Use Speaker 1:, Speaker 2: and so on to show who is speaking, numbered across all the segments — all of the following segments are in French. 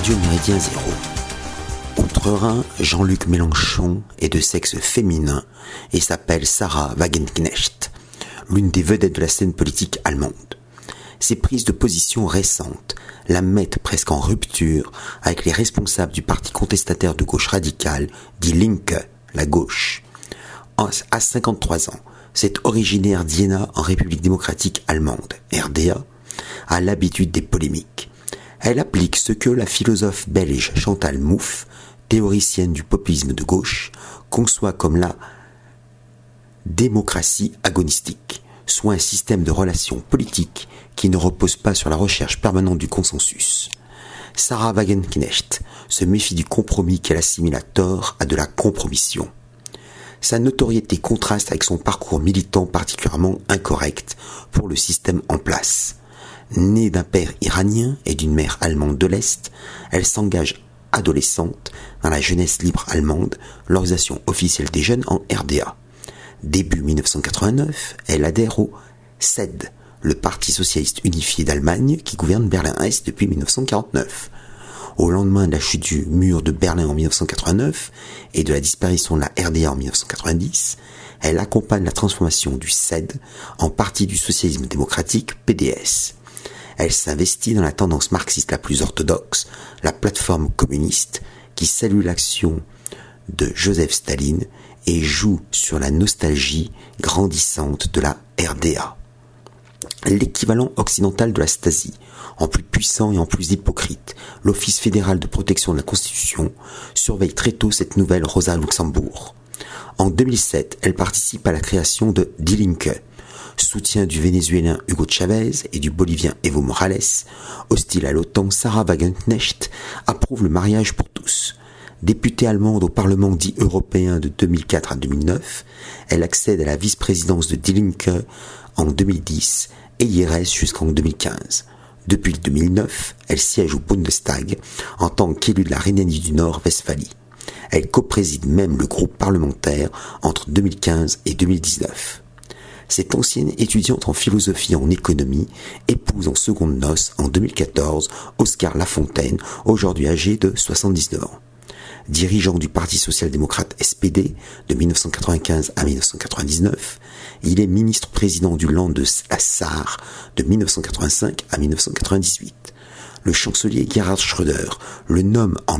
Speaker 1: Radio Méridien Zéro. Outre-Rhin, Jean-Luc Mélenchon est de sexe féminin et s'appelle Sarah Wagenknecht, l'une des vedettes de la scène politique allemande. Ses prises de position récentes la mettent presque en rupture avec les responsables du parti contestataire de gauche radicale, Die Linke, la gauche. À 53 ans, cette originaire d'Iéna en République démocratique allemande, RDA, a l'habitude des polémiques. Elle applique ce que la philosophe belge Chantal Mouffe, théoricienne du populisme de gauche, conçoit comme la démocratie agonistique, soit un système de relations politiques qui ne repose pas sur la recherche permanente du consensus. Sarah Wagenknecht se méfie du compromis qu'elle assimile à tort à de la compromission. Sa notoriété contraste avec son parcours militant particulièrement incorrect pour le système en place. Née d'un père iranien et d'une mère allemande de l'Est, elle s'engage adolescente dans la jeunesse libre allemande, l'organisation officielle des jeunes en RDA. Début 1989, elle adhère au SED, le Parti socialiste unifié d'Allemagne qui gouverne Berlin-Est depuis 1949. Au lendemain de la chute du mur de Berlin en 1989 et de la disparition de la RDA en 1990, elle accompagne la transformation du SED en Parti du socialisme démocratique, PDS. Elle s'investit dans la tendance marxiste la plus orthodoxe, la plateforme communiste, qui salue l'action de Joseph Staline et joue sur la nostalgie grandissante de la RDA. L'équivalent occidental de la Stasi, en plus puissant et en plus hypocrite, l'Office fédéral de protection de la Constitution surveille très tôt cette nouvelle Rosa Luxembourg. En 2007, elle participe à la création de Die Linke, soutien du Vénézuélien Hugo Chavez et du Bolivien Evo Morales. Hostile à l'OTAN, Sarah Wagenknecht approuve le mariage pour tous. Députée allemande au Parlement dit européen de 2004 à 2009, elle accède à la vice-présidence de Die Linke en 2010 et y reste jusqu'en 2015. Depuis 2009, elle siège au Bundestag en tant qu'élue de la Rhénanie du Nord-Westphalie. Elle co-préside même le groupe parlementaire entre 2015 et 2019. Cette ancienne étudiante en philosophie et en économie épouse en seconde noces en 2014 Oscar Lafontaine, aujourd'hui âgé de 79 ans. Dirigeant du Parti social-démocrate SPD de 1995 à 1999, il est ministre-président du Land de la Sarre de 1985 à 1998. Le chancelier Gerhard Schröder le nomme en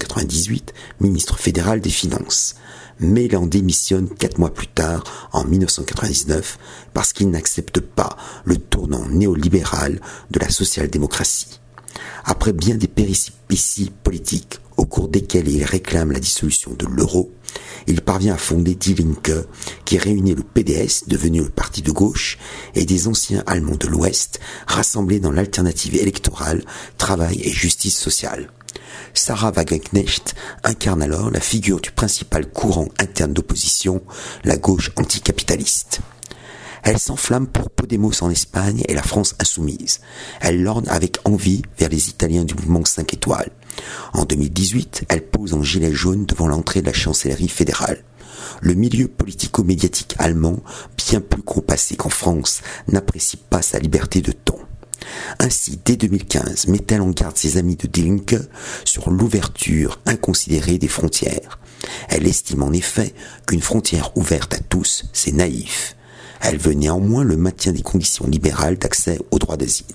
Speaker 1: 1998 ministre fédéral des Finances, mais il en démissionne 4 mois plus tard, en 1999, parce qu'il n'accepte pas le tournant néolibéral de la social-démocratie. Après bien des péripéties politiques, au cours desquelles il réclame la dissolution de l'euro, il parvient à fonder Die Linke, qui réunit le PDS, devenu le parti de gauche, et des anciens Allemands de l'Ouest, rassemblés dans l'alternative électorale, travail et justice sociale. Sarah Wagenknecht incarne alors la figure du principal courant interne d'opposition, la gauche anticapitaliste. Elle s'enflamme pour Podemos en Espagne et la France insoumise. Elle lorgne avec envie vers les Italiens du mouvement 5 étoiles. En 2018, elle pose en gilet jaune devant l'entrée de la chancellerie fédérale. Le milieu politico-médiatique allemand, bien plus compassé qu'en France, n'apprécie pas sa liberté de ton. Ainsi, dès 2015, met-elle en garde ses amis de Die Linke sur l'ouverture inconsidérée des frontières. Elle estime en effet qu'une frontière ouverte à tous, c'est naïf. Elle veut néanmoins le maintien des conditions libérales d'accès au droit d'asile.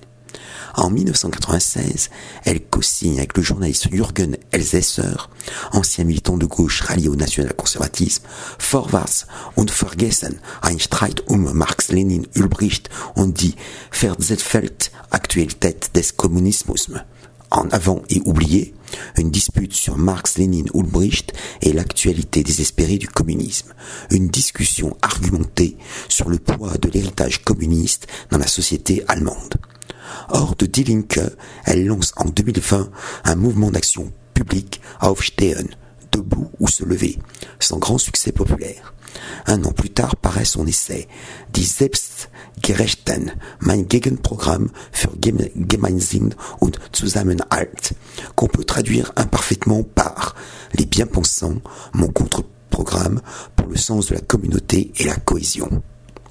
Speaker 1: En 1996, elle co-signe avec le journaliste Jürgen Elsässer, ancien militant de gauche rallié au national-conservatisme, Vorwärts und Vergessen, ein Streit Marx, Lenin, Ulbricht und die Verzetfeld Aktualität des Kommunismus. En avant et oublié, une dispute sur Marx, Lénine, Ulbricht et l'actualité désespérée du communisme. Une discussion argumentée sur le poids de l'héritage communiste dans la société allemande. Hors de Die Linke, elle lance en 2020 un mouvement d'action publique Aufstehen, debout ou se lever, sans grand succès populaire. Un an plus tard paraît son essai Die Selbstgerechten, mein Gegenprogramm für Gemeinsinn und Zusammenhalt, qu'on peut traduire imparfaitement par Les bien-pensants, mon contre-programme pour le sens de la communauté et la cohésion.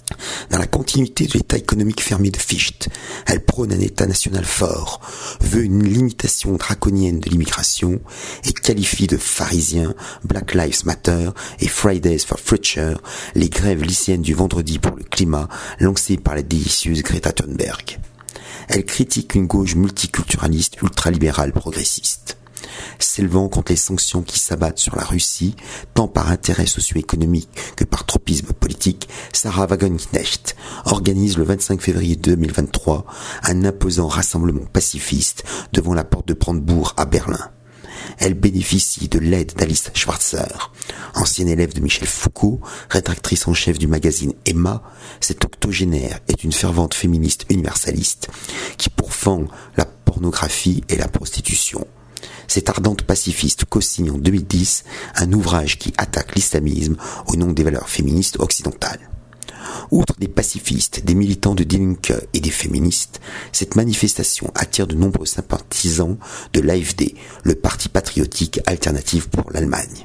Speaker 1: Dans la continuité de l'état économique fermé de Fichte, elle prône un état national fort, veut une limitation draconienne de l'immigration et qualifie de pharisiens Black Lives Matter et Fridays for Future, les grèves lycéennes du vendredi pour le climat lancées par la délicieuse Greta Thunberg. Elle critique une gauche multiculturaliste ultralibérale progressiste. S'élevant contre les sanctions qui s'abattent sur la Russie, tant par intérêt socio-économique que par tropisme politique, Sarah Wagenknecht organise le 25 février 2023 un imposant rassemblement pacifiste devant la porte de Brandebourg à Berlin. Elle bénéficie de l'aide d'Alice Schwarzer, ancienne élève de Michel Foucault, rédactrice en chef du magazine Emma. Cette octogénaire est une fervente féministe universaliste qui pourfend la pornographie et la prostitution. Cette ardente pacifiste co-signe en 2010 un ouvrage qui attaque l'islamisme au nom des valeurs féministes occidentales. Outre des pacifistes, des militants de Die Linke et des féministes, cette manifestation attire de nombreux sympathisants de l'AfD, le parti patriotique alternatif pour l'Allemagne.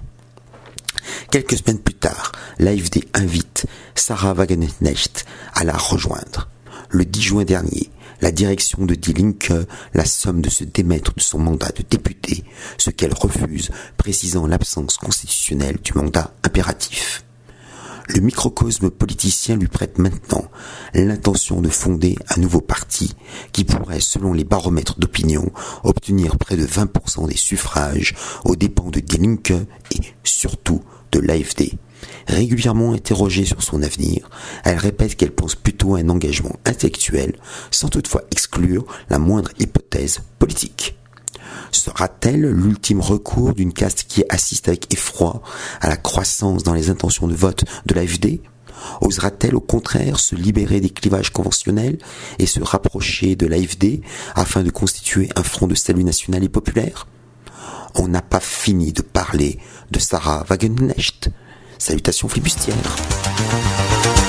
Speaker 1: Quelques semaines plus tard, l'AfD invite Sarah Wagenknecht à la rejoindre. Le 10 juin dernier, la direction de Die Linke la somme de se démettre de son mandat de député, ce qu'elle refuse, précisant l'absence constitutionnelle du mandat impératif. Le microcosme politicien lui prête maintenant l'intention de fonder un nouveau parti qui pourrait, selon les baromètres d'opinion, obtenir près de 20% des suffrages aux dépens de Die Linke et surtout de l'AfD. Régulièrement interrogée sur son avenir, elle répète qu'elle pense plutôt à un engagement intellectuel, sans toutefois exclure la moindre hypothèse politique. Sera-t-elle l'ultime recours d'une caste qui assiste avec effroi à la croissance dans les intentions de vote de l'AfD ? Osera-t-elle au contraire se libérer des clivages conventionnels et se rapprocher de l'AfD afin de constituer un front de salut national et populaire ? On n'a pas fini de parler de Sarah Wagenknecht. Salutations flibustières.